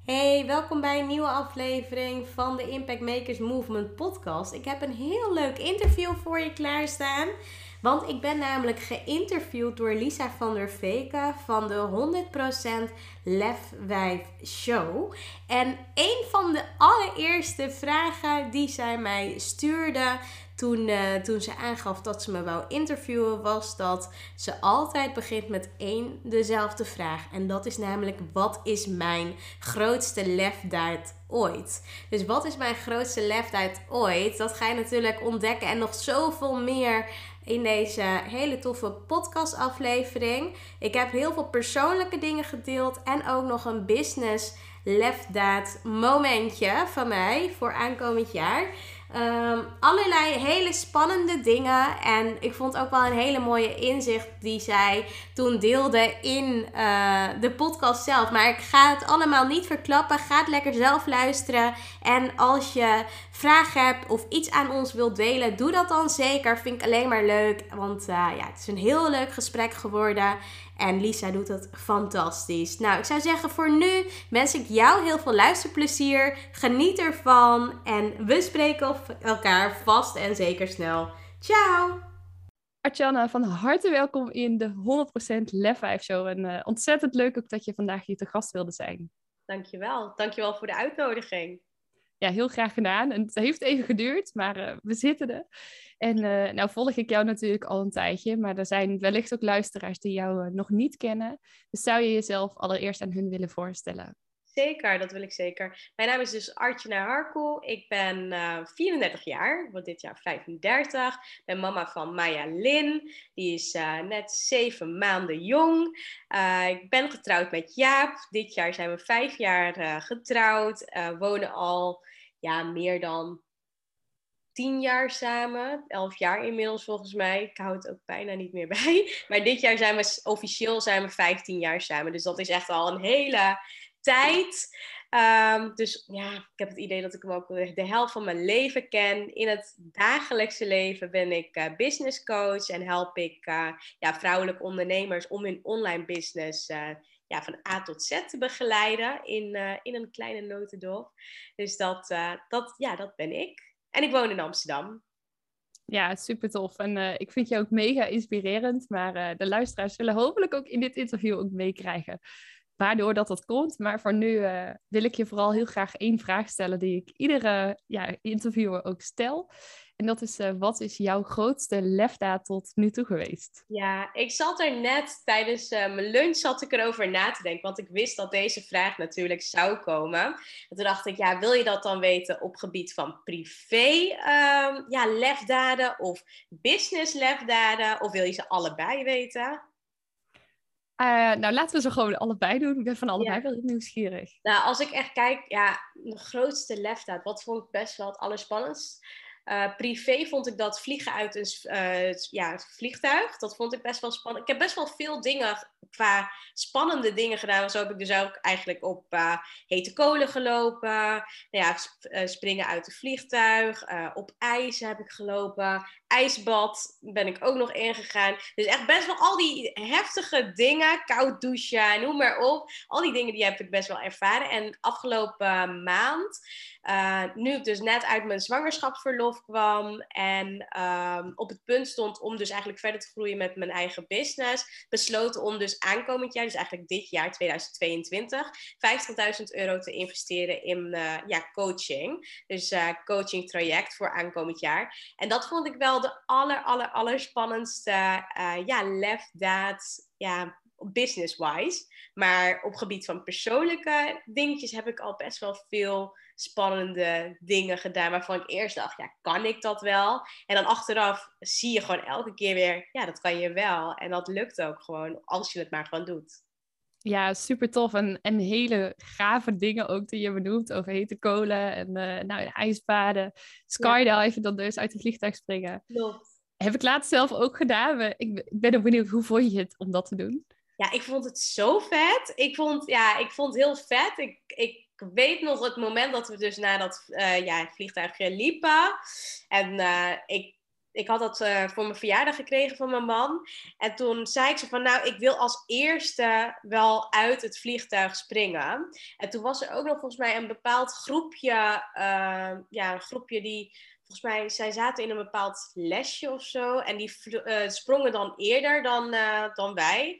Hey, welkom bij een nieuwe aflevering van de Impact Makers Movement podcast. Ik heb een heel leuk interview voor je klaarstaan. Want ik ben namelijk geïnterviewd door Lisa van der Veken van de 100% Lefwijf Show. En een van de allereerste vragen die zij mij stuurde toen ze aangaf dat ze me wou interviewen, was dat ze altijd begint met dezelfde vraag. En dat is namelijk: wat is mijn grootste lefdaad ooit? Dus wat is mijn grootste lefdaad ooit? Dat ga je natuurlijk ontdekken en nog zoveel meer in deze hele toffe podcastaflevering. Ik heb heel veel persoonlijke dingen gedeeld en ook nog een business lefdaad momentje van mij voor aankomend jaar. Allerlei hele spannende dingen. En ik vond ook wel een hele mooie inzicht die zij toen deelde in de podcast zelf. Maar ik ga het allemaal niet verklappen. Ga het lekker zelf luisteren. En als je vragen hebt of iets aan ons wilt delen, doe dat dan zeker. Vind ik alleen maar leuk. Want het is een heel leuk gesprek geworden. En Lisa doet het fantastisch. Nou, ik zou zeggen, voor nu wens ik jou heel veel luisterplezier. Geniet ervan. En we spreken elkaar vast en zeker snel. Ciao! Artjana, van harte welkom in de 100% Lef5 Show. En ontzettend leuk ook dat je vandaag hier te gast wilde zijn. Dankjewel. Dankjewel voor de uitnodiging. Ja, heel graag gedaan. En het heeft even geduurd, maar we zitten er. En nou volg ik jou natuurlijk al een tijdje, maar er zijn wellicht ook luisteraars die jou nog niet kennen. Dus zou je jezelf allereerst aan hun willen voorstellen? Zeker, dat wil ik zeker. Mijn naam is dus Artjana Harkoe. Ik ben 34 jaar, word dit jaar 35. Ik ben mama van Maya Lin. Die is net 7 maanden jong. Ik ben getrouwd met Jaap. Dit jaar zijn we 5 jaar getrouwd. Wonen al meer dan 10 jaar samen. 11 jaar inmiddels volgens mij. Ik hou het ook bijna niet meer bij. Maar dit jaar zijn we officieel 15 jaar samen. Dus dat is echt al een hele tijd. Dus ja, ik heb het idee dat ik hem ook de helft van mijn leven ken. In het dagelijkse leven ben ik business coach en help ik vrouwelijke ondernemers om hun online business van A tot Z te begeleiden in een kleine notendop. Dus dat ben ik. En ik woon in Amsterdam. Ja, super tof. En ik vind je ook mega inspirerend. Maar de luisteraars zullen hopelijk ook in dit interview ook meekrijgen waardoor dat komt. Maar voor nu wil ik je vooral heel graag één vraag stellen die ik iedere interviewer ook stel. En dat is, wat is jouw grootste lefdaad tot nu toe geweest? Ja, ik zat er net tijdens mijn lunch zat ik erover na te denken. Want ik wist dat deze vraag natuurlijk zou komen. En toen dacht ik, wil je dat dan weten op gebied van privé lefdaden of business lefdaden? Of wil je ze allebei weten? Nou, laten we ze gewoon allebei doen. Ik ben van allebei wel nieuwsgierig. Nou, als ik echt kijk, de grootste lefdaad, wat vond ik best wel het allerspannendst? Privé vond ik dat vliegen uit een vliegtuig. Dat vond ik best wel spannend. Ik heb best wel veel dingen qua spannende dingen gedaan. Zo heb ik dus ook eigenlijk op hete kolen gelopen. Springen uit een vliegtuig. Op ijs heb ik gelopen. IJsbad ben ik ook nog ingegaan. Dus echt best wel al die heftige dingen. Koud douchen, noem maar op. Al die dingen die heb ik best wel ervaren. En afgelopen maand, nu ik dus net uit mijn zwangerschapsverlof kwam en op het punt stond om dus eigenlijk verder te groeien met mijn eigen business, besloten om dus aankomend jaar, dus eigenlijk dit jaar 2022, €50.000 te investeren in coaching. Dus coaching traject voor aankomend jaar. En dat vond ik wel de aller spannendste lefdaad, business-wise. Maar op gebied van persoonlijke dingetjes heb ik al best wel veel spannende dingen gedaan waarvan ik eerst dacht, kan ik dat wel? En dan achteraf zie je gewoon elke keer weer, dat kan je wel. En dat lukt ook gewoon als je het maar gewoon doet. Ja, super tof. En hele gave dingen ook die je benoemt over hete kolen en ijsbaden, skydiven, dan dus uit het vliegtuig springen. Klopt. Heb ik laatst zelf ook gedaan. Ik ben ook benieuwd, hoe vond je het om dat te doen? Ja, ik vond het zo vet. Ik vond het heel vet. Ik weet nog het moment dat we dus naar dat vliegtuigje liepen. En ik ik had dat voor mijn verjaardag gekregen van mijn man. En toen zei ik zo van, nou, ik wil als eerste wel uit het vliegtuig springen. En toen was er ook nog volgens mij een bepaald groepje, een groepje die, volgens mij, zij zaten in een bepaald lesje of zo. En die sprongen dan eerder dan wij.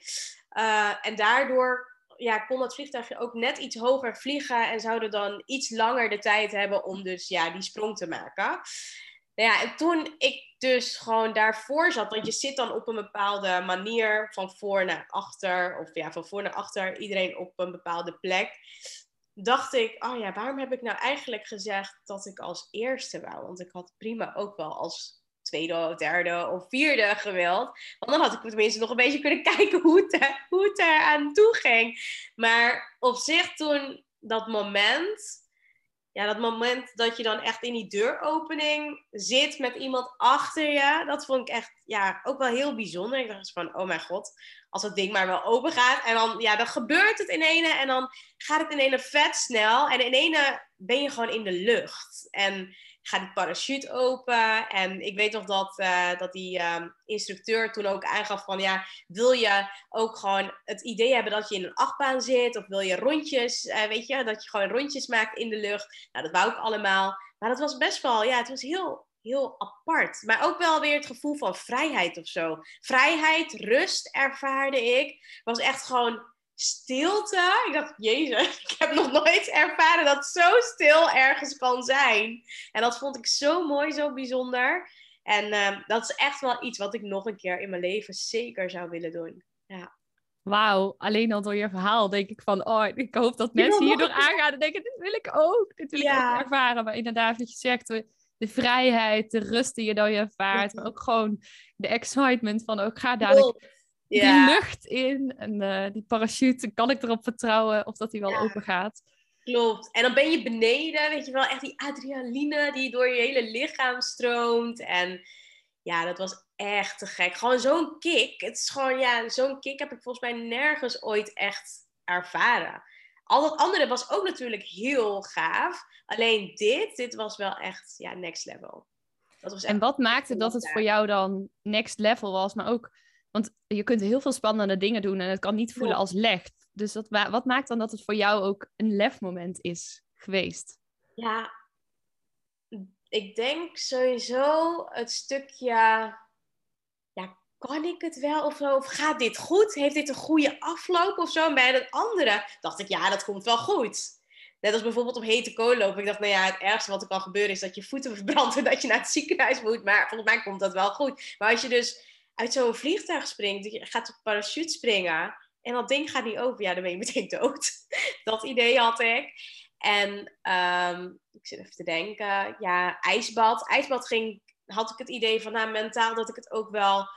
En daardoor kon dat vliegtuigje ook net iets hoger vliegen en zouden dan iets langer de tijd hebben om dus die sprong te maken. Nou ja, en toen ik dus gewoon daarvoor zat, want je zit dan op een bepaalde manier van voor naar achter, of van voor naar achter, iedereen op een bepaalde plek, dacht ik, waarom heb ik nou eigenlijk gezegd dat ik als eerste wou? Want ik had prima ook wel als tweede, derde of vierde gewild. Want dan had ik tenminste nog een beetje kunnen kijken hoe het er aan toe ging. Maar op zich toen dat moment dat je dan echt in die deuropening zit met iemand achter je, dat vond ik echt ook wel heel bijzonder. Ik dacht van, oh mijn god, als dat ding maar wel open gaat. En dan gebeurt het in ene en dan gaat het in ene vet snel. En in ene ben je gewoon in de lucht. En gaat die parachute open. En ik weet nog dat die instructeur toen ook aangaf van, wil je ook gewoon het idee hebben dat je in een achtbaan zit? Of wil je rondjes, dat je gewoon rondjes maakt in de lucht? Nou, dat wou ik allemaal. Maar dat was best wel, het was heel, heel apart. Maar ook wel weer het gevoel van vrijheid of zo. Vrijheid, rust ervaarde ik. Het was echt gewoon stilte. Ik dacht, jezus, ik heb nog nooit ervaren dat zo stil ergens kan zijn. En dat vond ik zo mooi, zo bijzonder. En dat is echt wel iets wat ik nog een keer in mijn leven zeker zou willen doen. Ja. Wauw, alleen al door je verhaal denk ik van, ik hoop dat mensen hierdoor aangaan en denken, dit wil ik ook. Dit wil ik ook ervaren. Maar inderdaad, wat je zegt, de vrijheid, de rust die je dan ervaart, maar ook gewoon de excitement van, ik ga dadelijk die lucht in en die parachute, kan ik erop vertrouwen of dat die wel open gaat? Klopt. En dan ben je beneden, weet je wel, echt die adrenaline die door je hele lichaam stroomt. En dat was echt te gek. Gewoon zo'n kick. Het is gewoon, zo'n kick heb ik volgens mij nergens ooit echt ervaren. Al dat andere was ook natuurlijk heel gaaf. Alleen dit was wel echt, next level. Dat was echt. En wat maakte dat het voor jou dan next level was? Maar ook, want je kunt heel veel spannende dingen doen en het kan niet voelen als leg. Dus wat maakt dan dat het voor jou ook een lefmoment is geweest? Ja, ik denk sowieso het stukje, kan ik het wel of zo? Of gaat dit goed? Heeft dit een goede afloop of zo? En bij het andere dacht ik, dat komt wel goed. Net als bijvoorbeeld op hete kolen lopen. Ik dacht, het ergste wat er kan gebeuren is dat je voeten verbrandt en dat je naar het ziekenhuis moet. Maar volgens mij komt dat wel goed. Maar als je dus uit zo'n vliegtuig springt, je gaat op parachute springen en dat ding gaat niet open, dan ben je meteen dood. Dat idee had ik. En ik zit even te denken, ijsbad. Ijsbad had ik het idee van, mentaal dat ik het ook wel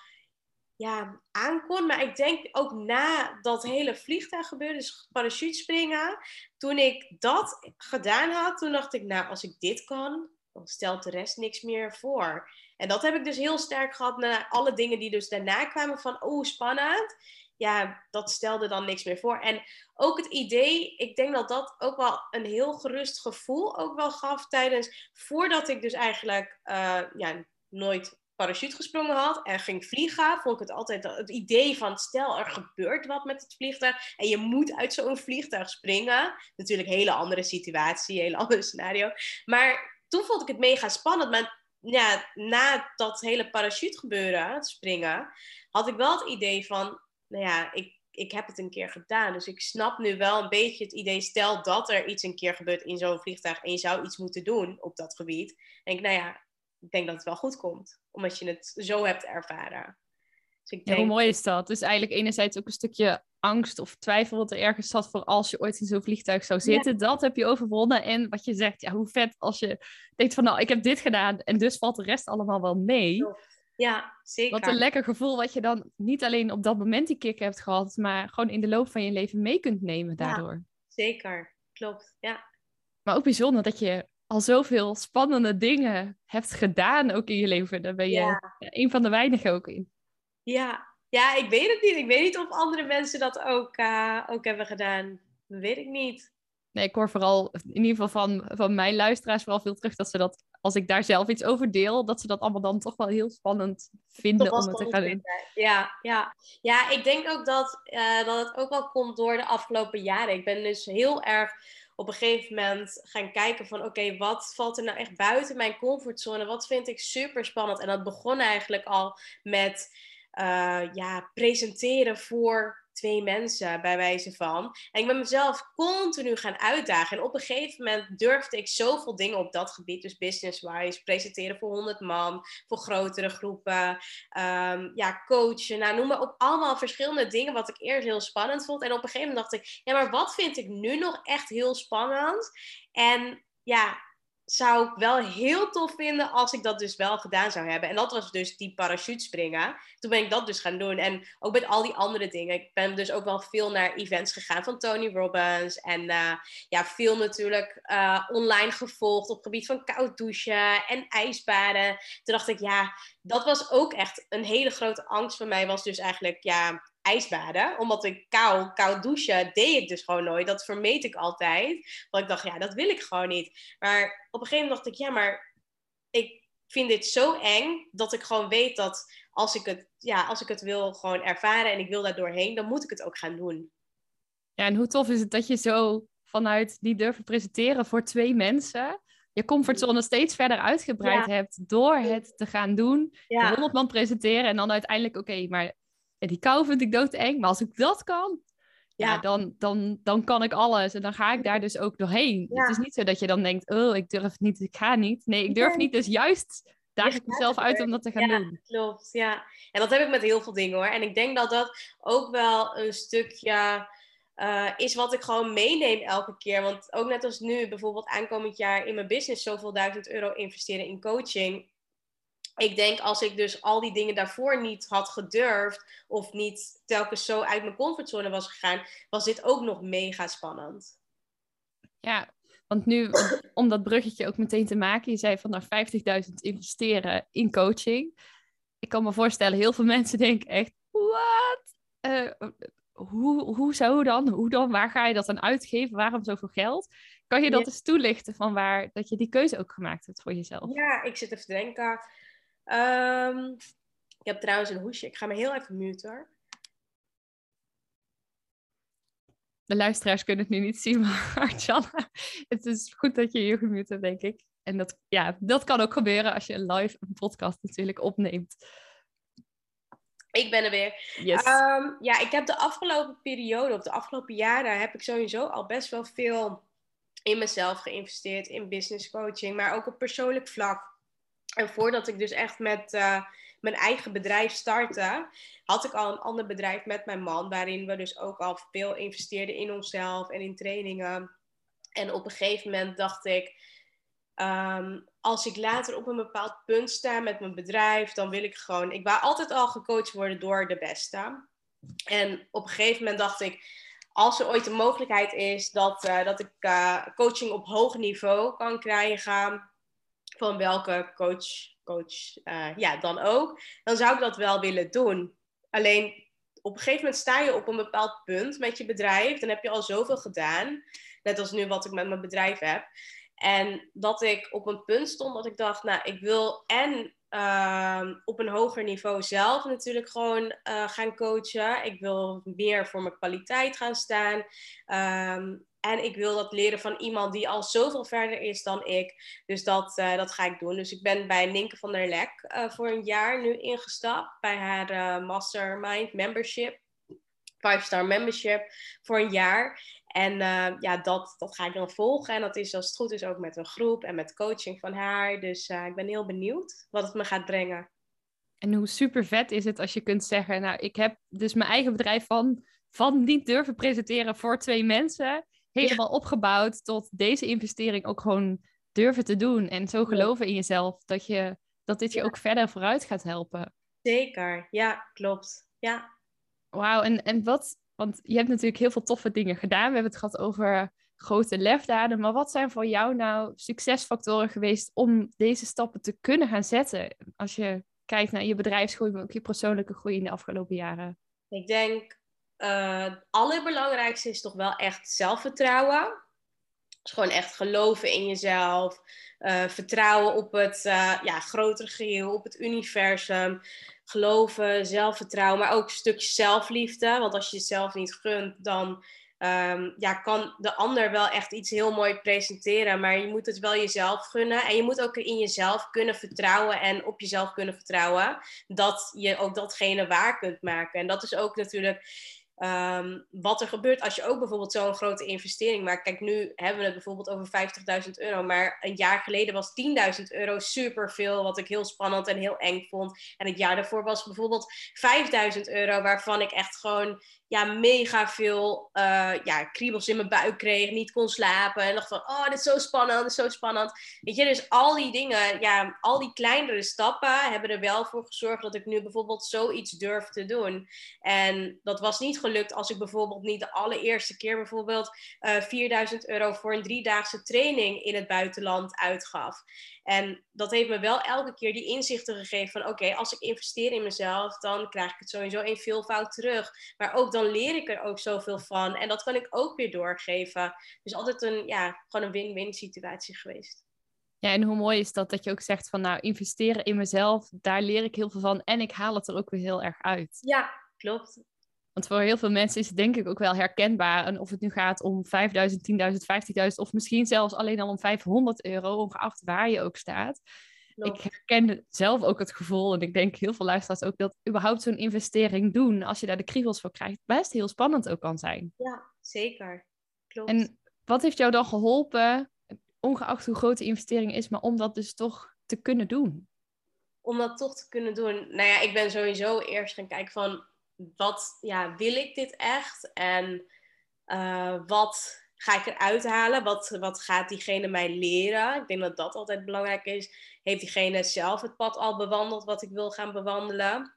aankon. Maar ik denk ook na dat hele vliegtuig gebeurde, dus parachute springen, toen ik dat gedaan had, toen dacht ik, als ik dit kan, dan stelt de rest niks meer voor. En dat heb ik dus heel sterk gehad na alle dingen die dus daarna kwamen van, spannend. Dat stelde dan niks meer voor. En ook het idee, ik denk dat dat ook wel een heel gerust gevoel ook wel gaf voordat ik dus eigenlijk nooit parachute gesprongen had en ging vliegen, vond ik het altijd het idee van, stel er gebeurt wat met het vliegtuig en je moet uit zo'n vliegtuig springen. Natuurlijk een hele andere situatie, een hele andere scenario. Maar toen vond ik het mega spannend. Maar na dat hele parachute gebeuren, het springen, had ik wel het idee van, ik heb het een keer gedaan. Dus ik snap nu wel een beetje het idee, stel dat er iets een keer gebeurt in zo'n vliegtuig en je zou iets moeten doen op dat gebied. Denk ik denk dat het wel goed komt. Omdat je het zo hebt ervaren. Dus ik denk, hoe mooi is dat? Dus eigenlijk enerzijds ook een stukje angst of twijfel wat er ergens zat voor als je ooit in zo'n vliegtuig zou zitten. Dat heb je overwonnen. En wat je zegt, hoe vet als je denkt van, ik heb dit gedaan en dus valt de rest allemaal wel mee. Ja, zeker. Wat een lekker gevoel wat je dan niet alleen op dat moment die kick hebt gehad, maar gewoon in de loop van je leven mee kunt nemen daardoor. Ja, zeker. Klopt, ja. Maar ook bijzonder dat je al zoveel spannende dingen hebt gedaan ook in je leven. Daar ben je een van de weinigen ook in. Ja, ik weet het niet. Ik weet niet of andere mensen dat ook hebben gedaan. Dat weet ik niet. Nee, ik hoor vooral, in ieder geval van mijn luisteraars, vooral veel terug dat ze dat, als ik daar zelf iets over deel, dat ze dat allemaal dan toch wel heel spannend Toch vinden wel om het te spannend gaan doen. vinden. Ja, ja. Ja, ik denk ook dat het ook wel komt door de afgelopen jaren. Ik ben dus heel erg op een gegeven moment gaan kijken van oké, wat valt er nou echt buiten mijn comfortzone? Wat vind ik super spannend? En dat begon eigenlijk al met presenteren voor twee mensen bij wijze van. En ik ben mezelf continu gaan uitdagen. En op een gegeven moment durfde ik zoveel dingen op dat gebied. Dus business-wise, presenteren voor 100 man, voor grotere groepen. Coachen. Nou, noem maar op, allemaal verschillende dingen wat ik eerst heel spannend vond. En op een gegeven moment dacht ik, ja, maar wat vind ik nu nog echt heel spannend? En ja, zou ik wel heel tof vinden als ik dat dus wel gedaan zou hebben. En dat was dus die parachutespringen. Toen ben ik dat dus gaan doen. En ook met al die andere dingen. Ik ben dus ook wel veel naar events gegaan van Tony Robbins. En veel natuurlijk online gevolgd op het gebied van koud douchen en ijsbaden. Toen dacht ik, ja, dat was ook echt een hele grote angst van mij. Was dus eigenlijk, ijsbaden. Omdat ik koud douchen deed ik dus gewoon nooit. Dat vermeed ik altijd. Want ik dacht, ja, dat wil ik gewoon niet. Maar op een gegeven moment dacht ik, ja, maar ik vind dit zo eng dat ik gewoon weet dat als ik het wil gewoon ervaren en ik wil daar doorheen, dan moet ik het ook gaan doen. Ja, en hoe tof is het dat je zo vanuit die durven presenteren voor twee mensen, je comfortzone steeds verder uitgebreid Ja, hebt door het te gaan doen, voor ja, 100 man presenteren en dan uiteindelijk, oké, maar die kou vind ik doodeng, maar als ik dat kan, ja, ja, dan kan ik alles en dan ga ik daar dus ook doorheen. Het is ja. niet zo dat je dan denkt, oh, ik durf het niet, ik ga niet. Nee, ik durf niet, dus juist Je daag ik gaat mezelf uit om dat te gaan Ja, doen. klopt. Ja. En dat heb ik met heel veel dingen hoor. En ik denk dat dat ook wel een stukje is wat ik gewoon meeneem elke keer. Want ook net als nu, bijvoorbeeld aankomend jaar in mijn business zoveel €1000 investeren in coaching. Ik denk als ik dus al die dingen daarvoor niet had gedurfd of niet telkens zo uit mijn comfortzone was gegaan, was dit ook nog mega spannend. Ja, want nu, om dat bruggetje ook meteen te maken, je zei van nou 50.000 investeren in coaching. Ik kan me voorstellen, heel veel mensen denken echt, wat? Eh, Hoezo dan? Hoe dan? Waar ga je dat aan uitgeven? Waarom zoveel geld? Kan je Ja, dat eens toelichten van waar dat je die keuze ook gemaakt hebt voor jezelf? ja, ik zit even te denken. Ehm, ik heb trouwens een hoesje. Ik ga me heel even muten hoor. De luisteraars kunnen het nu niet zien, maar Jana, het is goed dat je je gemute hebt, denk ik. En dat kan ook gebeuren als je live een podcast natuurlijk opneemt. Ik ben er weer. Yes. Ik heb de afgelopen periode, of de afgelopen jaren, heb ik sowieso al best wel veel in mezelf geïnvesteerd, in business coaching, maar ook op persoonlijk vlak. En voordat ik dus echt met mijn eigen bedrijf startte, had ik al een ander bedrijf met mijn man, waarin we dus ook al veel investeerden in onszelf en in trainingen. En op een gegeven moment dacht ik, als ik later op een bepaald punt sta met mijn bedrijf, dan wil ik gewoon, ik wou altijd al gecoacht worden door de beste. En op een gegeven moment dacht ik, als er ooit een mogelijkheid is dat ik coaching op hoog niveau kan krijgen, van welke coach dan ook, dan zou ik dat wel willen doen. Alleen op een gegeven moment sta je op een bepaald punt met je bedrijf, dan heb je al zoveel gedaan, net als nu wat ik met mijn bedrijf heb. En dat ik op een punt stond dat ik dacht, nou, ik wil en op een hoger niveau zelf natuurlijk gewoon gaan coachen. Ik wil meer voor mijn kwaliteit gaan staan. En ik wil dat leren van iemand die al zoveel verder is dan ik. Dus dat ga ik doen. Dus ik ben bij Ninke van der Lek voor een jaar nu ingestapt. Bij haar Mastermind Membership. 5-star membership voor een jaar. En dat ga ik dan volgen. En dat is als het goed is ook met een groep en met coaching van haar. Dus ik ben heel benieuwd wat het me gaat brengen. En hoe super vet is het als je kunt zeggen, nou, ik heb dus mijn eigen bedrijf van niet durven presenteren voor twee mensen, helemaal opgebouwd tot deze investering ook gewoon durven te doen. En zo geloven in jezelf dat dit je ook verder vooruit gaat helpen. Zeker, ja, klopt. Ja. Wauw, en wat, want je hebt natuurlijk heel veel toffe dingen gedaan. We hebben het gehad over grote lefdaden, maar wat zijn voor jou nou succesfactoren geweest om deze stappen te kunnen gaan zetten? Als je kijkt naar je bedrijfsgroei, maar ook je persoonlijke groei in de afgelopen jaren. Ik denk, het allerbelangrijkste is toch wel echt zelfvertrouwen. gewoon echt geloven in jezelf. Vertrouwen op het grotere geheel, op het universum. Geloven, zelfvertrouwen, maar ook een stukje zelfliefde. Want als je jezelf niet gunt, dan kan de ander wel echt iets heel mooi presenteren. Maar je moet het wel jezelf gunnen. En je moet ook in jezelf kunnen vertrouwen en op jezelf kunnen vertrouwen. Dat je ook datgene waar kunt maken. En dat is ook natuurlijk wat er gebeurt als je ook bijvoorbeeld zo'n grote investering maakt. Kijk, nu hebben we het bijvoorbeeld over €50.000. Maar een jaar geleden was €10.000 superveel. Wat ik heel spannend en heel eng vond. En het jaar daarvoor was bijvoorbeeld €5.000. Waarvan ik echt gewoon mega veel kriebels in mijn buik kreeg. Niet kon slapen. En dacht van, oh, dit is zo spannend, dit is zo spannend. Weet je, dus al die dingen, al die kleinere stappen hebben er wel voor gezorgd dat ik nu bijvoorbeeld zoiets durf te doen. En dat was niet gelukt als ik bijvoorbeeld niet de allereerste keer bijvoorbeeld €4.000 voor een 3-daagse training in het buitenland uitgaf. En dat heeft me wel elke keer die inzichten gegeven van oké, als ik investeer in mezelf, dan krijg ik het sowieso in veelvoud terug. Maar ook dan leer ik er ook zoveel van. En dat kan ik ook weer doorgeven. Dus altijd gewoon een win-win situatie geweest. Ja, en hoe mooi is dat je ook zegt van nou, investeren in mezelf, daar leer ik heel veel van en ik haal het er ook weer heel erg uit. Ja, klopt. Want voor heel veel mensen is het denk ik ook wel herkenbaar. En of het nu gaat om 5.000, 10.000, 15.000 of misschien zelfs alleen al om €500, ongeacht waar je ook staat. Klopt. Ik herken zelf ook het gevoel, en ik denk heel veel luisteraars ook, dat überhaupt zo'n investering doen, als je daar de kriebels voor krijgt, best heel spannend ook kan zijn. Ja, zeker. Klopt. En wat heeft jou dan geholpen, ongeacht hoe groot de investering is, maar om dat dus toch te kunnen doen? Om dat toch te kunnen doen. Nou ja, ik ben sowieso eerst gaan kijken van wil ik dit echt? En wat ga ik eruit halen? Wat gaat diegene mij leren? Ik denk dat dat altijd belangrijk is. Heeft diegene zelf het pad al bewandeld wat ik wil gaan bewandelen?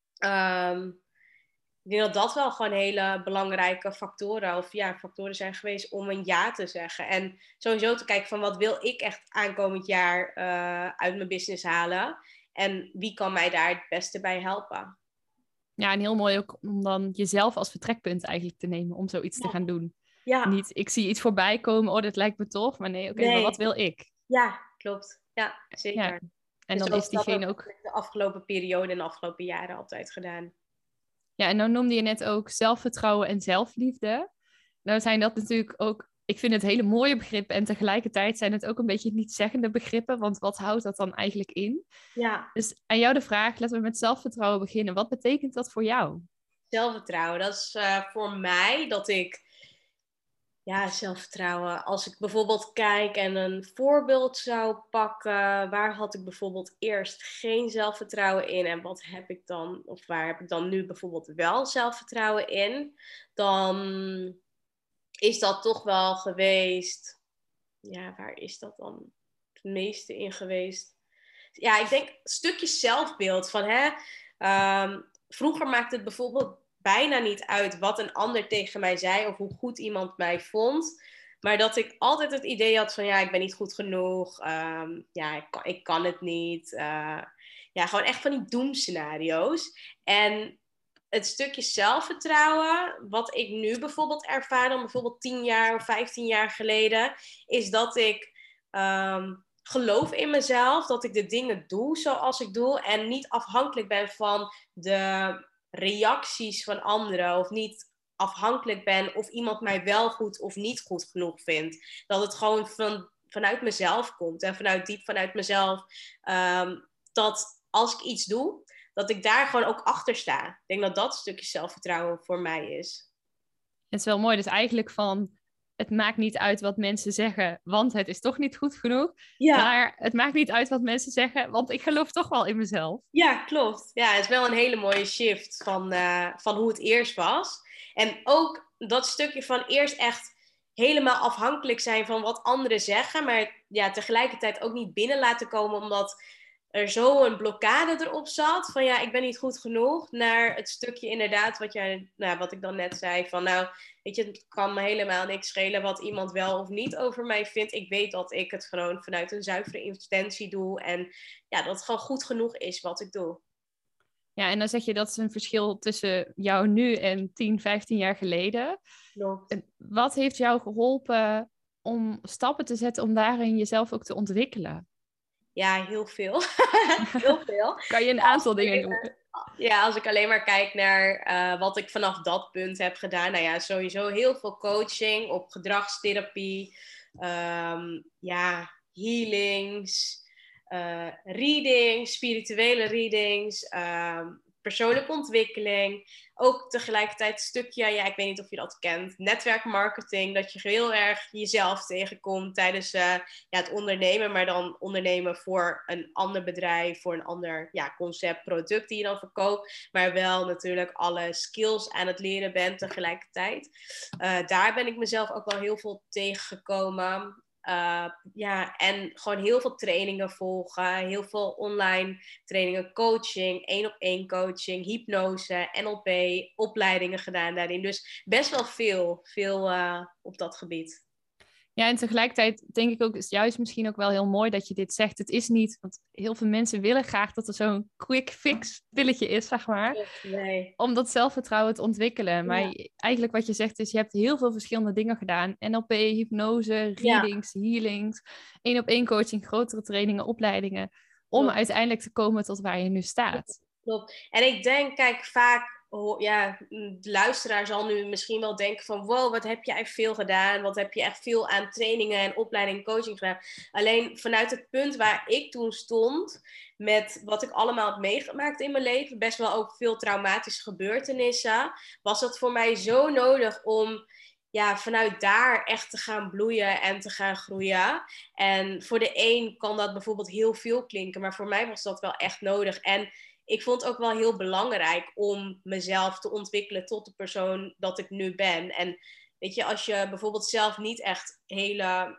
Ik denk dat dat wel gewoon hele belangrijke factoren zijn geweest om een ja te zeggen. En sowieso te kijken van wat wil ik echt aankomend jaar uit mijn business halen? En wie kan mij daar het beste bij helpen? Ja, en heel mooi ook om dan jezelf als vertrekpunt eigenlijk te nemen om zoiets te gaan doen. Ja. Niet, ik zie iets voorbij komen, oh, dit lijkt me tof. Maar nee, oké, maar wat wil ik? Ja, klopt. Ja, zeker. Ja. En dus dan is diegene ook de afgelopen periode en de afgelopen jaren altijd gedaan. Ja, en nou noemde je net ook zelfvertrouwen en zelfliefde. Nou zijn dat natuurlijk ook, ik vind het hele mooie begrippen en tegelijkertijd zijn het ook een beetje niet-zeggende begrippen, want wat houdt dat dan eigenlijk in? Ja. Dus aan jou de vraag, laten we met zelfvertrouwen beginnen. Wat betekent dat voor jou? Zelfvertrouwen, dat is voor mij dat ik zelfvertrouwen. Als ik bijvoorbeeld kijk en een voorbeeld zou pakken, waar had ik bijvoorbeeld eerst geen zelfvertrouwen in en wat heb ik dan, of waar heb ik dan nu bijvoorbeeld wel zelfvertrouwen in, dan is dat toch wel geweest, waar is dat dan het meeste in geweest? Ja, ik denk een stukje zelfbeeld van, vroeger maakte het bijvoorbeeld bijna niet uit wat een ander tegen mij zei of hoe goed iemand mij vond. Maar dat ik altijd het idee had van ik ben niet goed genoeg. Ik kan het niet. Gewoon echt van die doemscenario's. En het stukje zelfvertrouwen, wat ik nu bijvoorbeeld ervaar dan bijvoorbeeld 10 jaar of 15 jaar geleden, is dat ik geloof in mezelf, dat ik de dingen doe zoals ik doe en niet afhankelijk ben van de reacties van anderen of niet afhankelijk ben of iemand mij wel goed of niet goed genoeg vindt. Dat het gewoon vanuit mezelf komt en diep vanuit mezelf, dat als ik iets doe, dat ik daar gewoon ook achter sta. Ik denk dat dat een stukje zelfvertrouwen voor mij is. Het is wel mooi, dus eigenlijk van het maakt niet uit wat mensen zeggen, want het is toch niet goed genoeg. Ja. Maar het maakt niet uit wat mensen zeggen, want ik geloof toch wel in mezelf. Ja, klopt. Ja, het is wel een hele mooie shift van hoe het eerst was. En ook dat stukje van eerst echt helemaal afhankelijk zijn van wat anderen zeggen, maar tegelijkertijd ook niet binnen laten komen, omdat er zo een blokkade erop zat van ik ben niet goed genoeg, naar het stukje inderdaad wat ik dan net zei van weet je, het kan me helemaal niks schelen wat iemand wel of niet over mij vindt. Ik weet dat ik het gewoon vanuit een zuivere intentie doe en dat het gewoon goed genoeg is wat ik doe. Ja, en dan zeg je dat is een verschil tussen jou nu en 10, 15 jaar geleden. Klopt. Wat heeft jou geholpen om stappen te zetten om daarin jezelf ook te ontwikkelen? Ja, heel veel. Heel veel. Kan je een aantal dingen noemen? Ja, als ik alleen maar kijk naar wat ik vanaf dat punt heb gedaan. Nou ja, sowieso heel veel coaching op gedragstherapie. Ja, healings, readings, spirituele readings, persoonlijke ontwikkeling. Ook tegelijkertijd een stukje, ja, ik weet niet of je dat kent, netwerkmarketing. Dat je heel erg jezelf tegenkomt tijdens het ondernemen, maar dan ondernemen voor een ander bedrijf, voor een ander concept, product die je dan verkoopt. Maar wel natuurlijk alle skills aan het leren bent tegelijkertijd. Daar ben ik mezelf ook wel heel veel tegengekomen. En gewoon heel veel trainingen volgen, heel veel online trainingen, coaching, 1-op-1 coaching, hypnose, NLP, opleidingen gedaan daarin. Dus best wel veel op dat gebied. Ja, en tegelijkertijd denk ik ook, is juist misschien ook wel heel mooi dat je dit zegt. Het is niet, want heel veel mensen willen graag dat er zo'n quick fix pilletje is, zeg maar. Nee. Om dat zelfvertrouwen te ontwikkelen. Ja. Maar eigenlijk wat je zegt is, je hebt heel veel verschillende dingen gedaan. NLP, hypnose, readings, healings, 1-op-1 coaching, grotere trainingen, opleidingen. Om Klopt. uiteindelijk te komen tot waar je nu staat. Klopt. En ik denk, kijk, vaak, de luisteraar zal nu misschien wel denken van, wow, wat heb je echt veel gedaan? Wat heb je echt veel aan trainingen en opleiding en coaching gedaan? Alleen vanuit het punt waar ik toen stond, met wat ik allemaal heb meegemaakt in mijn leven, best wel ook veel traumatische gebeurtenissen, was het voor mij zo nodig om vanuit daar echt te gaan bloeien en te gaan groeien. En voor de een kan dat bijvoorbeeld heel veel klinken, maar voor mij was dat wel echt nodig. En ik vond het ook wel heel belangrijk om mezelf te ontwikkelen tot de persoon dat ik nu ben. En weet je, als je bijvoorbeeld zelf niet echt een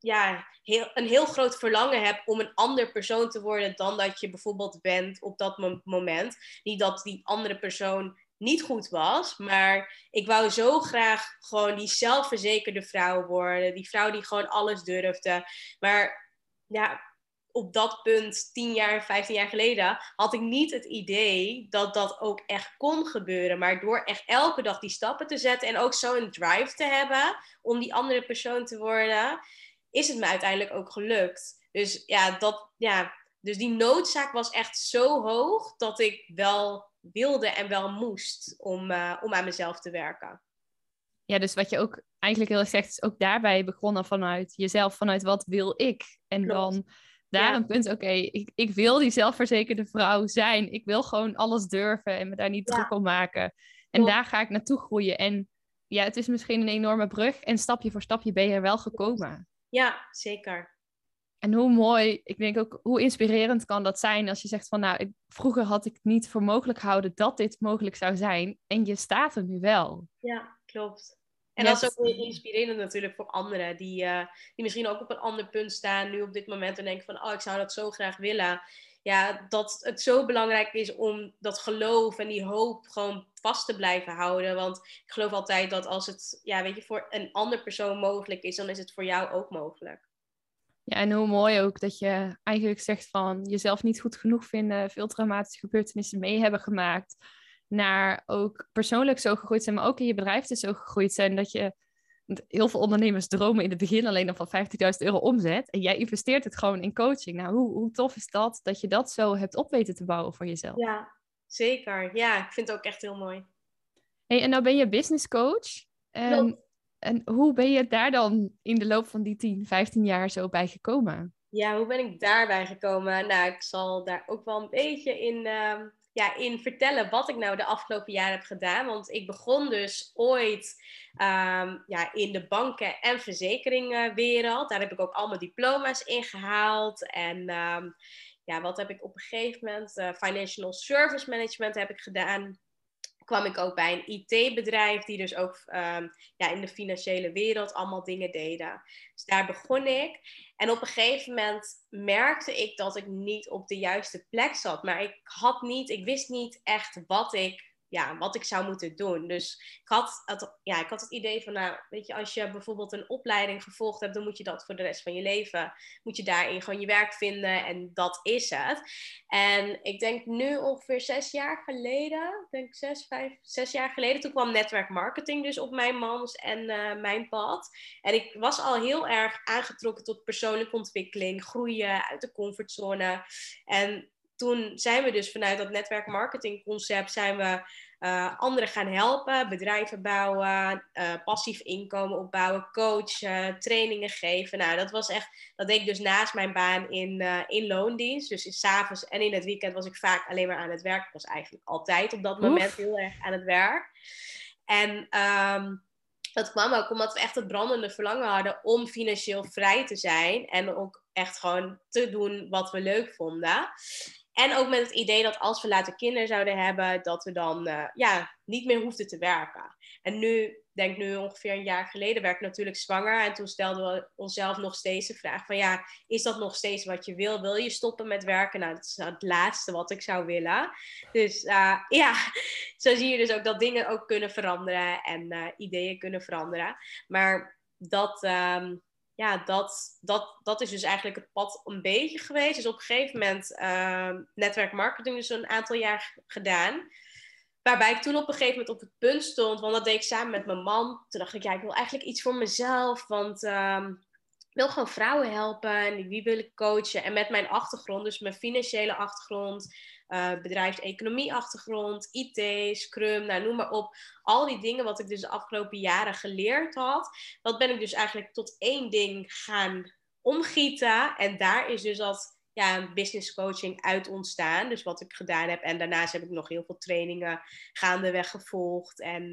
heel groot verlangen hebt om een ander persoon te worden dan dat je bijvoorbeeld bent op dat moment. Niet dat die andere persoon niet goed was, maar ik wou zo graag gewoon die zelfverzekerde vrouw worden. Die vrouw die gewoon alles durfde. Maar ja, op dat punt, 10 jaar, 15 jaar geleden, had ik niet het idee dat dat ook echt kon gebeuren. Maar door echt elke dag die stappen te zetten en ook zo een drive te hebben om die andere persoon te worden, is het me uiteindelijk ook gelukt. Dus dus die noodzaak was echt zo hoog dat ik wel wilde en wel moest om aan mezelf te werken. Ja, dus wat je ook eigenlijk heel erg zegt, is ook daarbij begonnen vanuit jezelf, vanuit wat wil ik? En Klopt. dan daar een punt, oké, ik wil die zelfverzekerde vrouw zijn. Ik wil gewoon alles durven en me daar niet druk om maken. En Klopt. daar ga ik naartoe groeien. En ja, het is misschien een enorme brug en stapje voor stapje ben je er wel gekomen. Ja, zeker. En hoe mooi, ik denk ook, hoe inspirerend kan dat zijn als je zegt van, nou, vroeger had ik niet voor mogelijk gehouden dat dit mogelijk zou zijn. En je staat er nu wel. Ja, klopt. En dat is ook weer inspirerend natuurlijk voor anderen die misschien ook op een ander punt staan nu op dit moment en denken van, oh, ik zou dat zo graag willen. Ja, dat het zo belangrijk is om dat geloof en die hoop gewoon vast te blijven houden. Want ik geloof altijd dat als het, voor een ander persoon mogelijk is, dan is het voor jou ook mogelijk. Ja, en hoe mooi ook dat je eigenlijk zegt van jezelf niet goed genoeg vinden, veel traumatische gebeurtenissen mee hebben gemaakt, naar ook persoonlijk zo gegroeid zijn, maar ook in je bedrijf dus zo gegroeid zijn dat je, heel veel ondernemers dromen in het begin alleen nog van €15.000 omzet en jij investeert het gewoon in coaching. Nou, hoe tof is dat je dat zo hebt op weten te bouwen voor jezelf? Ja, zeker. Ja, ik vind het ook echt heel mooi. Hey, en nou ben je business coach. En hoe ben je daar dan in de loop van die 10, 15 jaar zo bij gekomen? Ja, hoe ben ik daarbij gekomen? Nou, ik zal daar ook wel een beetje in vertellen wat ik nou de afgelopen jaren heb gedaan. Want ik begon dus ooit in de banken- en verzekeringenwereld. Daar heb ik ook allemaal diploma's in gehaald. En wat heb ik op een gegeven moment? Financial Service Management heb ik gedaan. Kwam ik ook bij een IT-bedrijf die dus ook in de financiële wereld allemaal dingen deden. Dus daar begon ik. En op een gegeven moment merkte ik dat ik niet op de juiste plek zat. Maar ik wist niet echt wat ik wat ik zou moeten doen. Dus ik had het idee van, nou, weet je, als je bijvoorbeeld een opleiding gevolgd hebt, dan moet je dat voor de rest van je leven, moet je daarin gewoon je werk vinden en dat is het. En ik denk nu ongeveer 6 jaar geleden, ik denk 6 jaar geleden, toen kwam netwerkmarketing dus op mijn mans en mijn pad. En ik was al heel erg aangetrokken tot persoonlijke ontwikkeling, groeien uit de comfortzone. En toen zijn we dus vanuit dat netwerkmarketingconcept zijn we anderen gaan helpen, bedrijven bouwen, passief inkomen opbouwen, coachen, trainingen geven. Nou, dat deed ik dus naast mijn baan in loondienst. Dus 's avonds en in het weekend was ik vaak alleen maar aan het werk. Ik was eigenlijk altijd op dat moment heel erg aan het werk. En dat kwam ook omdat we echt het brandende verlangen hadden om financieel vrij te zijn. En ook echt gewoon te doen wat we leuk vonden. En ook met het idee dat als we later kinderen zouden hebben, dat we dan niet meer hoefden te werken. En nu ongeveer een jaar geleden, werd ik natuurlijk zwanger. En toen stelden we onszelf nog steeds de vraag van is dat nog steeds wat je wil? Wil je stoppen met werken? Nou, dat is het laatste wat ik zou willen. Dus zo zie je dus ook dat dingen ook kunnen veranderen en ideeën kunnen veranderen. Maar dat is dus eigenlijk het pad een beetje geweest. Dus op een gegeven moment netwerkmarketing dus een aantal jaar gedaan. Waarbij ik toen op een gegeven moment op het punt stond, want dat deed ik samen met mijn man. Toen dacht ik, ik wil eigenlijk iets voor mezelf, want ik wil gewoon vrouwen helpen en wie wil ik coachen. En met mijn achtergrond, dus mijn financiële achtergrond, bedrijfseconomie-achtergrond, IT, Scrum, nou, noem maar op. Al die dingen wat ik dus de afgelopen jaren geleerd had, dat ben ik dus eigenlijk tot één ding gaan omgieten. En daar is dus dat business coaching uit ontstaan. Dus wat ik gedaan heb. En daarnaast heb ik nog heel veel trainingen gaandeweg gevolgd. En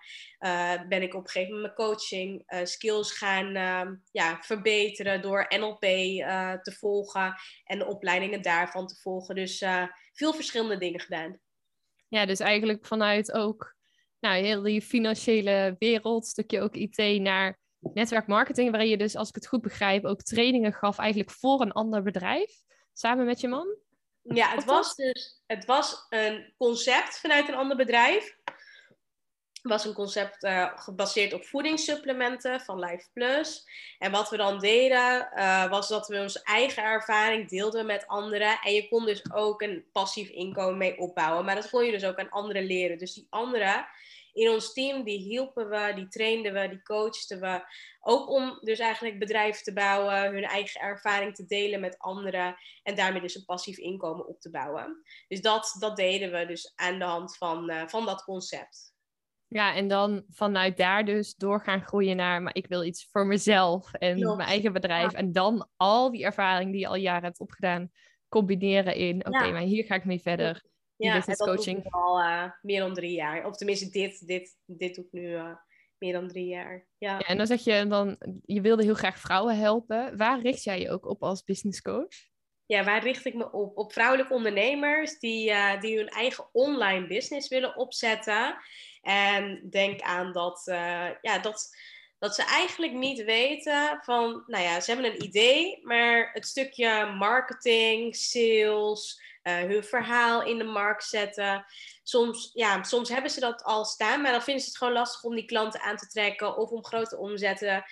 ben ik op een gegeven moment mijn coaching skills gaan verbeteren door NLP te volgen. En de opleidingen daarvan te volgen. Dus veel verschillende dingen gedaan. Ja, dus eigenlijk vanuit ook heel die financiële wereld, stukje ook IT, naar netwerkmarketing, waarin je dus, als ik het goed begrijp, ook trainingen gaf eigenlijk voor een ander bedrijf, samen met je man? Ja, het was een concept vanuit een ander bedrijf. Het was een concept gebaseerd op voedingssupplementen van Life Plus. En wat we dan deden, was dat we onze eigen ervaring deelden met anderen. En je kon dus ook een passief inkomen mee opbouwen. Maar dat kon je dus ook aan anderen leren. Dus die anderen in ons team, die hielpen we, die trainden we, die coachten we. Ook om dus eigenlijk bedrijven te bouwen, hun eigen ervaring te delen met anderen. En daarmee dus een passief inkomen op te bouwen. Dus dat deden we dus aan de hand van dat concept. Ja, en dan vanuit daar dus door gaan groeien naar, maar ik wil iets voor mezelf en mijn eigen bedrijf. Ja. En dan al die ervaring die je al jaren hebt opgedaan, combineren in, oké, maar hier ga ik mee verder. Die business coaching. Dat doe ik al meer dan 3 jaar. Of tenminste, dit doe ik nu meer dan 3 jaar. Ja. En dan zeg je, je wilde heel graag vrouwen helpen. Waar richt jij je ook op als business coach? Ja, waar richt ik me op? Op vrouwelijke ondernemers die hun eigen online business willen opzetten. En denk aan dat ze eigenlijk niet weten van, ze hebben een idee, maar het stukje marketing, sales, hun verhaal in de markt zetten. Soms hebben ze dat al staan, maar dan vinden ze het gewoon lastig om die klanten aan te trekken of om grote omzetten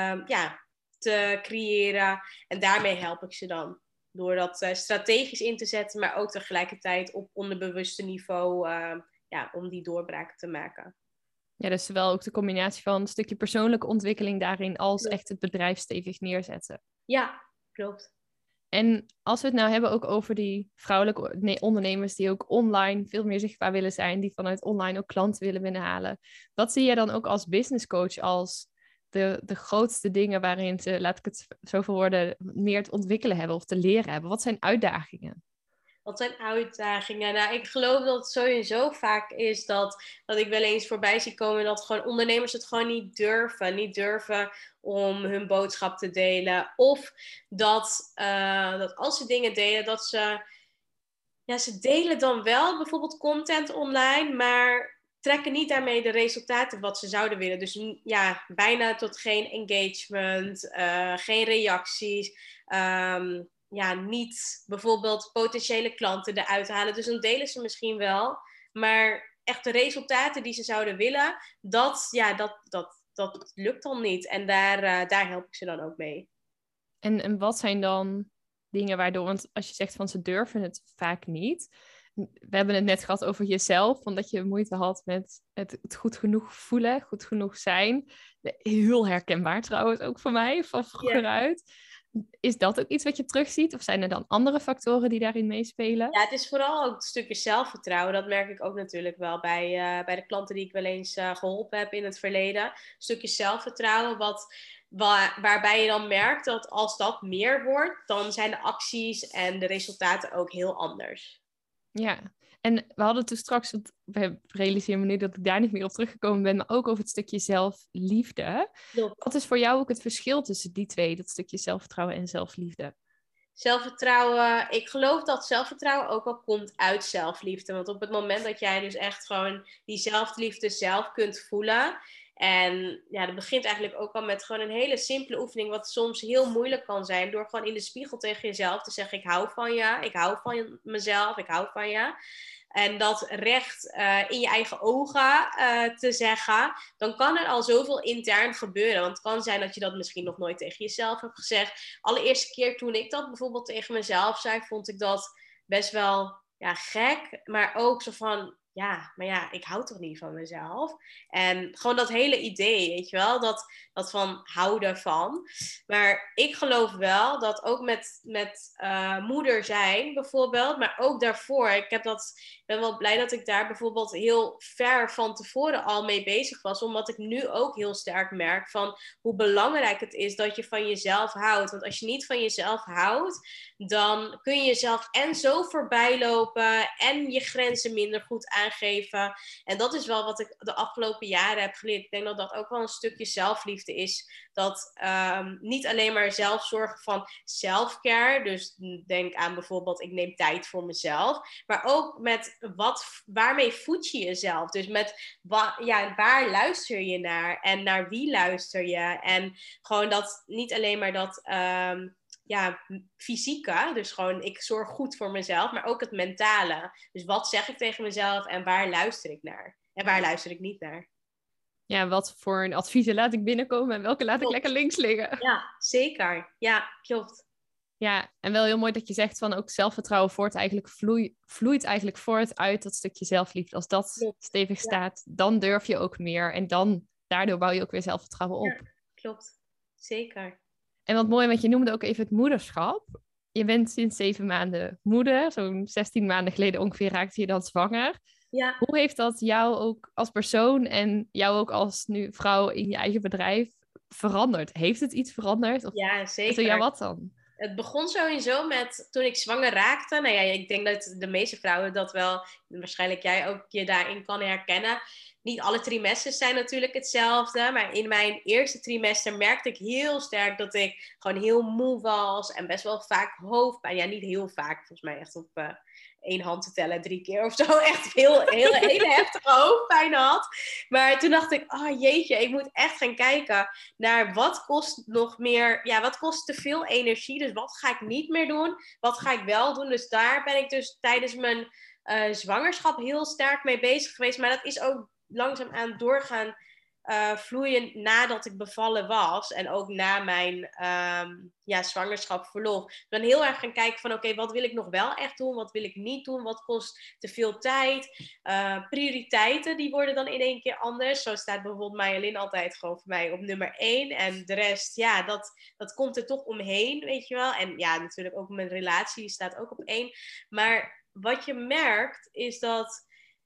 te creëren. En daarmee help ik ze dan. Door dat strategisch in te zetten, maar ook tegelijkertijd op onderbewuste niveau om die doorbraken te maken. Ja, dus zowel ook de combinatie van een stukje persoonlijke ontwikkeling daarin als echt het bedrijf stevig neerzetten. Ja, klopt. En als we het nou hebben ook over die vrouwelijke ondernemers die ook online veel meer zichtbaar willen zijn, die vanuit online ook klanten willen binnenhalen. Wat zie je dan ook als business coach als de grootste dingen waarin ze, laat ik het zo verwoorden, meer te ontwikkelen hebben of te leren hebben? Wat zijn uitdagingen? Wat zijn uitdagingen? Nou, ik geloof dat het sowieso vaak is dat ik wel eens voorbij zie komen dat gewoon ondernemers het gewoon niet durven. Niet durven om hun boodschap te delen. Of dat als ze dingen delen, dat ze delen dan wel bijvoorbeeld content online, maar trekken niet daarmee de resultaten wat ze zouden willen. Dus bijna tot geen engagement, geen reacties. Niet bijvoorbeeld potentiële klanten eruit halen. Dus dan delen ze misschien wel, maar echt de resultaten die ze zouden willen, dat lukt dan niet. En daar help ik ze dan ook mee. En wat zijn dan dingen waardoor, want als je zegt van ze durven het vaak niet. We hebben het net gehad over jezelf, omdat je moeite had met het goed genoeg voelen, goed genoeg zijn. Heel herkenbaar trouwens ook voor mij, van vroeger uit. Is dat ook iets wat je terugziet? Of zijn er dan andere factoren die daarin meespelen? Ja, het is vooral ook een stukje zelfvertrouwen. Dat merk ik ook natuurlijk wel bij de klanten die ik wel eens geholpen heb in het verleden. Een stukje zelfvertrouwen waarbij je dan merkt dat als dat meer wordt, dan zijn de acties en de resultaten ook heel anders. Ja, en we hadden toen straks, want we realiseren me nu dat ik daar niet meer op teruggekomen ben, maar ook over het stukje zelfliefde. Klopt. Wat is voor jou ook het verschil tussen die twee, dat stukje zelfvertrouwen en zelfliefde? Zelfvertrouwen, ik geloof dat zelfvertrouwen ook wel komt uit zelfliefde. Want op het moment dat jij dus echt gewoon die zelfliefde zelf kunt voelen. En ja, dat begint eigenlijk ook al met gewoon een hele simpele oefening, wat soms heel moeilijk kan zijn. Door gewoon in de spiegel tegen jezelf te zeggen, ik hou van je, ik hou van mezelf, ik hou van je. En dat recht in je eigen ogen te zeggen, dan kan er al zoveel intern gebeuren. Want het kan zijn dat je dat misschien nog nooit tegen jezelf hebt gezegd. Allereerste keer toen ik dat bijvoorbeeld tegen mezelf zei, vond ik dat best wel gek. Maar ook zo van, ik hou toch niet van mezelf. En gewoon dat hele idee, weet je wel, dat van houden van. Maar ik geloof wel dat ook met moeder zijn bijvoorbeeld, maar ook daarvoor, ik ben wel blij dat ik daar bijvoorbeeld heel ver van tevoren al mee bezig was, omdat ik nu ook heel sterk merk van hoe belangrijk het is dat je van jezelf houdt. Want als je niet van jezelf houdt, dan kun je jezelf en zo voorbij lopen en je grenzen minder goed aangeven. En dat is wel wat ik de afgelopen jaren heb geleerd. Ik denk dat dat ook wel een stukje zelfliefde is. Dat niet alleen maar zelf zorgen van self-care. Dus denk aan bijvoorbeeld, ik neem tijd voor mezelf. Maar ook met waarmee voed je jezelf? Dus met waar luister je naar? En naar wie luister je? En gewoon dat, niet alleen maar dat fysieke, dus gewoon ik zorg goed voor mezelf, maar ook het mentale. Dus wat zeg ik tegen mezelf en waar luister ik naar? En waar luister ik niet naar? Ja, wat voor een adviezen laat ik binnenkomen en welke laat ik lekker links liggen? Ja, zeker. Ja, klopt. Ja, en wel heel mooi dat je zegt van ook zelfvertrouwen vloeit eigenlijk voort uit dat stukje zelfliefde. Als dat stevig staat, dan durf je ook meer en daardoor bouw je ook weer zelfvertrouwen op. Ja, klopt. Zeker. En wat mooi, want je noemde ook even het moederschap. Je bent sinds 7 maanden moeder. Zo'n 16 maanden geleden ongeveer raakte je dan zwanger. Ja. Hoe heeft dat jou ook als persoon en jou ook als nu vrouw in je eigen bedrijf veranderd? Heeft het iets veranderd? Of Ja, zeker. Ja, wat dan? Het begon sowieso met toen ik zwanger raakte. Nou ja, ik denk dat de meeste vrouwen dat wel, waarschijnlijk jij ook je daarin kan herkennen. Niet alle trimesters zijn natuurlijk hetzelfde. Maar in mijn eerste trimester merkte ik heel sterk dat ik gewoon heel moe was. En best wel vaak hoofdpijn. Ja, niet heel vaak. Volgens mij echt op 1 hand te tellen 3 keer of zo. Echt hele heftige hoofdpijn had. Maar toen dacht ik, jeetje, ik moet echt gaan kijken naar wat kost nog meer. Ja, wat kost te veel energie. Dus wat ga ik niet meer doen? Wat ga ik wel doen? Dus daar ben ik dus tijdens mijn zwangerschap heel sterk mee bezig geweest. Maar dat is ook langzaamaan doorgaan vloeien nadat ik bevallen was. En ook na mijn zwangerschapsverlof. Ik ben heel erg gaan kijken van oké, wat wil ik nog wel echt doen? Wat wil ik niet doen? Wat kost te veel tijd? Prioriteiten, die worden dan in één keer anders. Zo staat bijvoorbeeld Marjolein altijd gewoon voor mij op nummer 1. En de rest, dat komt er toch omheen, weet je wel. En ja, natuurlijk ook mijn relatie, die staat ook op 1. Maar wat je merkt, is dat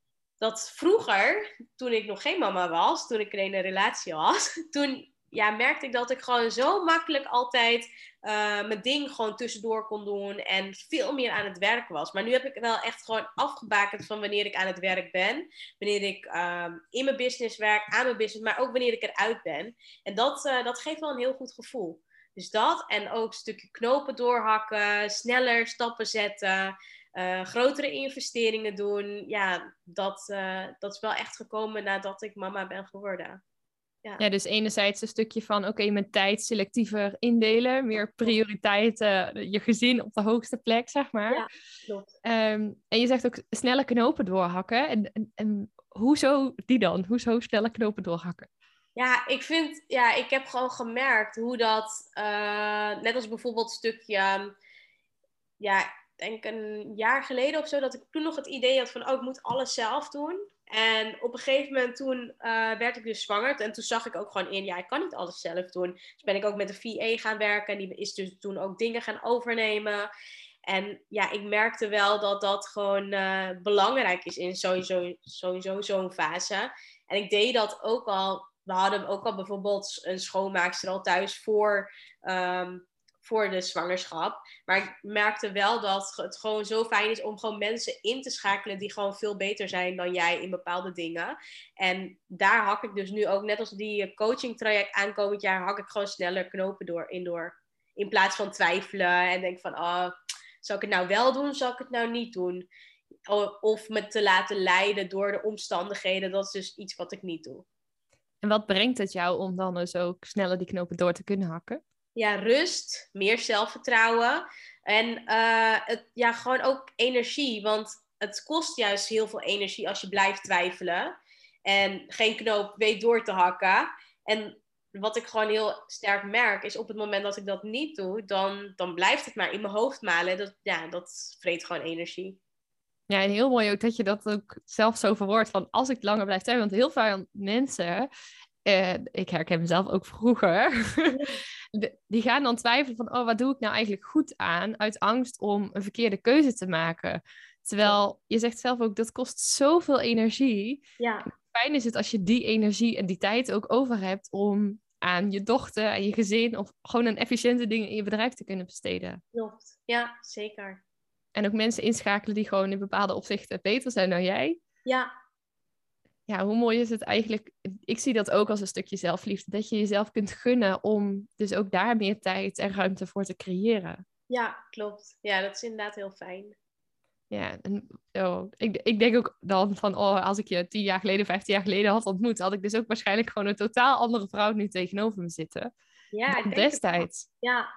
vroeger, toen ik nog geen mama was, toen ik in een relatie was, toen merkte ik dat ik gewoon zo makkelijk altijd mijn ding gewoon tussendoor kon doen en veel meer aan het werk was. Maar nu heb ik wel echt gewoon afgebakend van wanneer ik aan het werk ben, wanneer ik in mijn business werk, aan mijn business, maar ook wanneer ik eruit ben. En dat geeft wel een heel goed gevoel. Dus dat en ook een stukje knopen doorhakken, sneller stappen zetten, grotere investeringen doen. Ja, dat is wel echt gekomen nadat ik mama ben geworden. Ja, dus enerzijds een stukje van oké, mijn tijd selectiever indelen, meer prioriteiten, je gezin op de hoogste plek, zeg maar. Ja, klopt. En je zegt ook snelle knopen doorhakken. En hoezo die dan? Hoezo snelle knopen doorhakken? Ja, ik heb gewoon gemerkt hoe dat, net als bijvoorbeeld een stukje, ik denk een jaar geleden of zo, dat ik toen nog het idee had van, ik moet alles zelf doen. En op een gegeven moment toen werd ik dus zwanger. En toen zag ik ook gewoon in, ik kan niet alles zelf doen. Dus ben ik ook met een VA gaan werken. En die is dus toen ook dingen gaan overnemen. En ja, ik merkte wel dat dat gewoon belangrijk is in sowieso zo'n fase. En ik deed dat ook al. We hadden ook al bijvoorbeeld een schoonmaakster al thuis voor de zwangerschap. Maar ik merkte wel dat het gewoon zo fijn is om gewoon mensen in te schakelen die gewoon veel beter zijn dan jij in bepaalde dingen. En daar hak ik dus nu ook, net als die coaching traject aankomend jaar, hak ik gewoon sneller knopen door. In plaats van twijfelen en denk van, zal ik het nou wel doen, zal ik het nou niet doen? Of me te laten leiden door de omstandigheden, dat is dus iets wat ik niet doe. En wat brengt het jou om dan dus ook sneller die knopen door te kunnen hakken? Ja, rust, meer zelfvertrouwen en gewoon ook energie. Want het kost juist heel veel energie als je blijft twijfelen en geen knoop weet door te hakken. En wat ik gewoon heel sterk merk is op het moment dat ik dat niet doe, dan blijft het maar in mijn hoofd malen. Dat vreet gewoon energie. Ja, en heel mooi ook dat je dat ook zelf zo verwoordt van als ik langer blijf twijfelen. Want heel veel mensen, ik herken mezelf ook vroeger, die gaan dan twijfelen van wat doe ik nou eigenlijk goed aan uit angst om een verkeerde keuze te maken. Terwijl je zegt zelf ook, dat kost zoveel energie. Ja. Fijn is het als je die energie en die tijd ook over hebt om aan je dochter en je gezin of gewoon een efficiënte dingen in je bedrijf te kunnen besteden. Klopt, ja, zeker. En ook mensen inschakelen die gewoon in bepaalde opzichten beter zijn dan jij. Ja. Ja, hoe mooi is het eigenlijk? Ik zie dat ook als een stukje zelfliefde. Dat je jezelf kunt gunnen om dus ook daar meer tijd en ruimte voor te creëren. Ja, klopt. Ja, dat is inderdaad heel fijn. Ja, en, ik denk ook dan van, als ik je 10 jaar geleden, 15 jaar geleden had ontmoet, had ik dus ook waarschijnlijk gewoon een totaal andere vrouw nu tegenover me zitten. Ja, dan destijds. Ja.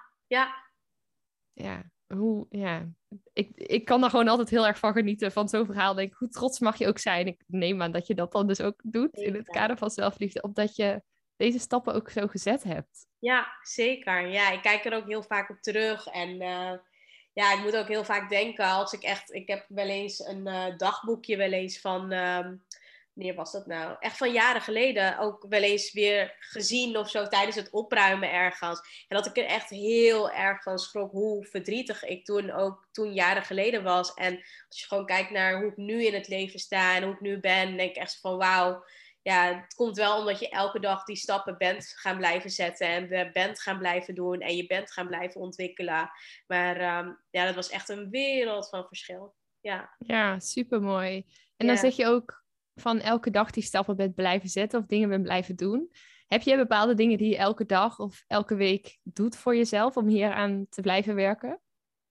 Ik kan daar gewoon altijd heel erg van genieten van zo'n verhaal. Denk, hoe trots mag je ook zijn? Ik neem aan dat je dat dan dus ook doet in het kader van zelfliefde, omdat je deze stappen ook zo gezet hebt. Ja, zeker. Ja, ik kijk er ook heel vaak op terug. En ik moet ook heel vaak denken als ik heb wel eens een dagboekje wel eens van, wanneer was dat nou? Echt van jaren geleden ook wel eens weer gezien of zo tijdens het opruimen ergens. En dat ik er echt heel erg van schrok hoe verdrietig ik toen jaren geleden was. En als je gewoon kijkt naar hoe ik nu in het leven sta en hoe ik nu ben, denk ik echt van wauw. Ja, het komt wel omdat je elke dag die stappen bent gaan blijven zetten en bent gaan blijven doen en je bent gaan blijven ontwikkelen. Maar dat was echt een wereld van verschil. Ja, supermooi. En dan zeg je ook van elke dag die stappen bent blijven zetten of dingen bent blijven doen. Heb je bepaalde dingen die je elke dag of elke week doet voor jezelf om hier aan te blijven werken?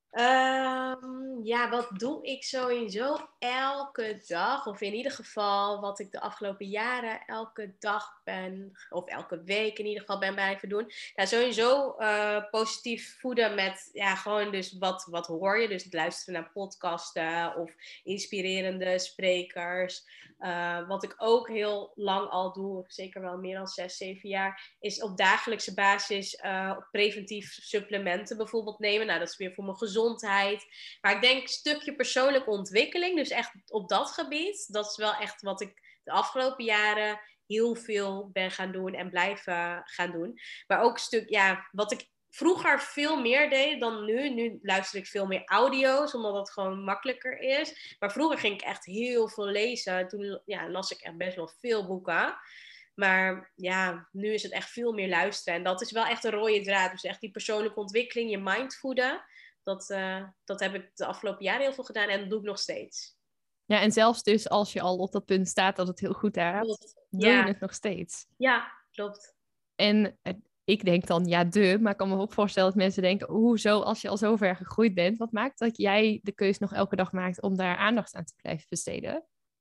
Wat doe ik sowieso elke dag? Of in ieder geval wat ik de afgelopen jaren elke dag of elke week in ieder geval ben blijven doen. Nou, sowieso positief voeden met, gewoon dus wat hoor je? Dus het luisteren naar podcasten of inspirerende sprekers. Wat ik ook heel lang al doe, zeker wel meer dan 6, 7 jaar, is op dagelijkse basis preventief supplementen bijvoorbeeld nemen. Nou, dat is weer voor mijn gezondheid. Maar ik denk een stukje persoonlijke ontwikkeling, dus echt op dat gebied. Dat is wel echt wat ik de afgelopen jaren heel veel ben gaan doen en blijven gaan doen. Maar ook een stuk, wat ik vroeger veel meer deed dan nu. Nu luister ik veel meer audio's, omdat dat gewoon makkelijker is. Maar vroeger ging ik echt heel veel lezen. Toen las ik echt best wel veel boeken. Maar nu is het echt veel meer luisteren. En dat is wel echt een rode draad. Dus echt die persoonlijke ontwikkeling, je mind voeden. Dat heb ik de afgelopen jaren heel veel gedaan en dat doe ik nog steeds. Ja, en zelfs dus als je al op dat punt staat dat het heel goed gaat, doe je het nog steeds. Ja, klopt. En ik denk dan, maar ik kan me ook voorstellen dat mensen denken, hoezo, als je al zo ver gegroeid bent, wat maakt dat jij de keus nog elke dag maakt om daar aandacht aan te blijven besteden?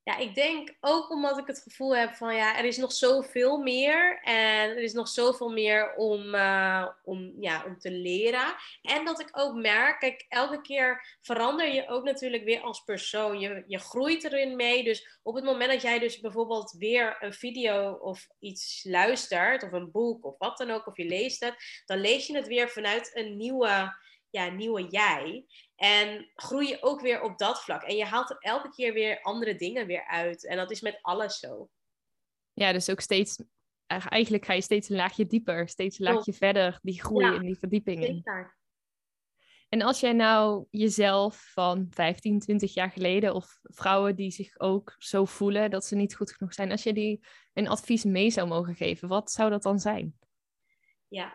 Ja, ik denk ook omdat ik het gevoel heb van er is nog zoveel meer. En er is nog zoveel meer om te leren. En dat ik ook merk, kijk, elke keer verander je ook natuurlijk weer als persoon. Je groeit erin mee. Dus op het moment dat jij dus bijvoorbeeld weer een video of iets luistert, of een boek of wat dan ook, of je leest het, dan lees je het weer vanuit een nieuwe jij. En groei je ook weer op dat vlak. En je haalt er elke keer weer andere dingen weer uit. En dat is met alles zo. Ja, dus ook steeds, eigenlijk ga je steeds een laagje dieper, steeds een laagje verder, die groei en die verdieping in. En als jij nou jezelf van 15, 20 jaar geleden, of vrouwen die zich ook zo voelen dat ze niet goed genoeg zijn, als je die een advies mee zou mogen geven, wat zou dat dan zijn? Ja,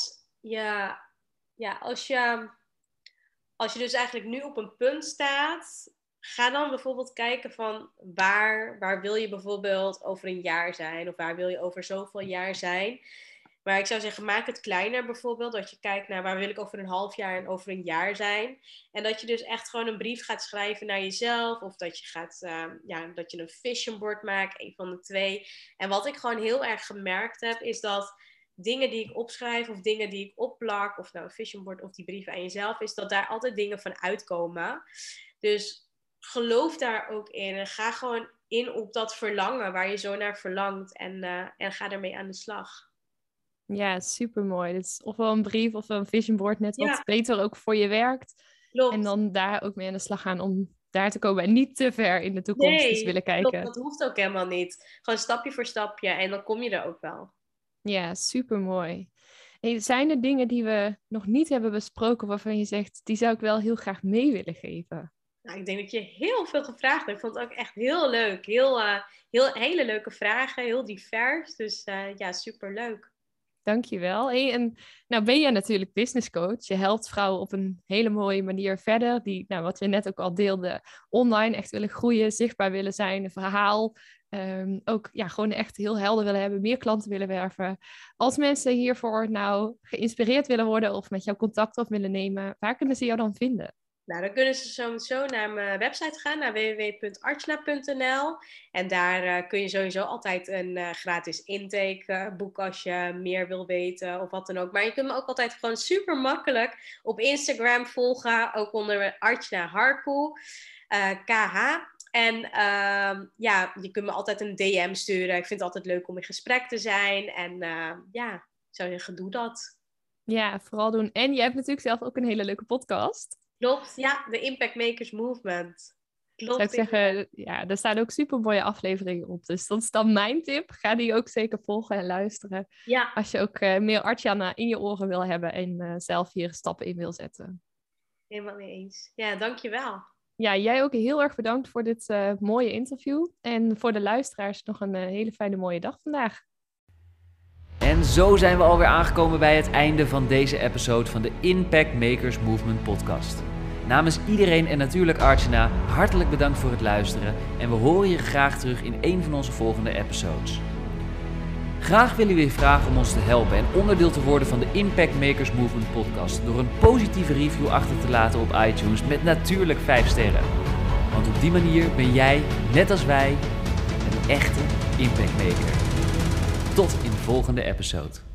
als je dus eigenlijk nu op een punt staat, ga dan bijvoorbeeld kijken van waar wil je bijvoorbeeld over een jaar zijn, of waar wil je over zoveel jaar zijn. Maar ik zou zeggen, maak het kleiner bijvoorbeeld, dat je kijkt naar waar wil ik over een half jaar en over een jaar zijn. En dat je dus echt gewoon een brief gaat schrijven naar jezelf, of dat je dat je een vision board maakt, een van de twee. En wat ik gewoon heel erg gemerkt heb, is dat dingen die ik opschrijf of dingen die ik opplak, of nou een vision board of die brief aan jezelf, is dat daar altijd dingen van uitkomen. Dus geloof daar ook in en ga gewoon in op dat verlangen waar je zo naar verlangt en ga ermee aan de slag. Ja, supermooi. Het is ofwel een brief ofwel een vision board, net wat beter ook voor je werkt. Klopt. En dan daar ook mee aan de slag gaan om daar te komen en niet te ver in de toekomst te willen kijken. Klopt, dat hoeft ook helemaal niet. Gewoon stapje voor stapje en dan kom je er ook wel. Ja, supermooi. Hey, zijn er dingen die we nog niet hebben besproken waarvan je zegt, die zou ik wel heel graag mee willen geven? Nou, ik denk dat je heel veel gevraagd hebt. Ik vond het ook echt heel leuk. Hele leuke vragen, heel divers. Dus superleuk. Dankjewel. Hey, en nou ben jij natuurlijk business coach. Je helpt vrouwen op een hele mooie manier verder. Die, nou, wat je net ook al deelde, online echt willen groeien, zichtbaar willen zijn, een verhaal. Ook gewoon echt heel helder willen hebben, meer klanten willen werven. Als mensen hiervoor nou geïnspireerd willen worden of met jou contact op willen nemen, waar kunnen ze jou dan vinden? Nou, dan kunnen ze sowieso naar mijn website gaan, naar www.archana.nl. En daar kun je sowieso altijd een gratis intake boeken als je meer wil weten of wat dan ook. Maar je kunt me ook altijd gewoon super makkelijk op Instagram volgen, ook onder Archana Harku, KH. En je kunt me altijd een DM sturen. Ik vind het altijd leuk om in gesprek te zijn. En ik zou zeggen, doe dat. Ja, vooral doen. En je hebt natuurlijk zelf ook een hele leuke podcast. Klopt, ja, de Impact Makers Movement. Klopt. Zou ik zeggen, ja, er staan ook super mooie afleveringen op. Dus dat is dan mijn tip. Ga die ook zeker volgen en luisteren. Ja. Als je ook meer Archana in je oren wil hebben en zelf hier stappen in wil zetten. Helemaal mee eens. Ja, dankjewel. Ja, jij ook heel erg bedankt voor dit mooie interview. En voor de luisteraars nog een hele fijne mooie dag vandaag. En zo zijn we alweer aangekomen bij het einde van deze episode van de Impact Makers Movement podcast. Namens iedereen en natuurlijk Archana, hartelijk bedankt voor het luisteren. En we horen je graag terug in een van onze volgende episodes. Graag willen we je vragen om ons te helpen en onderdeel te worden van de Impact Makers Movement podcast door een positieve review achter te laten op iTunes met natuurlijk 5 sterren. Want op die manier ben jij, net als wij, een echte Impact Maker. Tot in de volgende episode.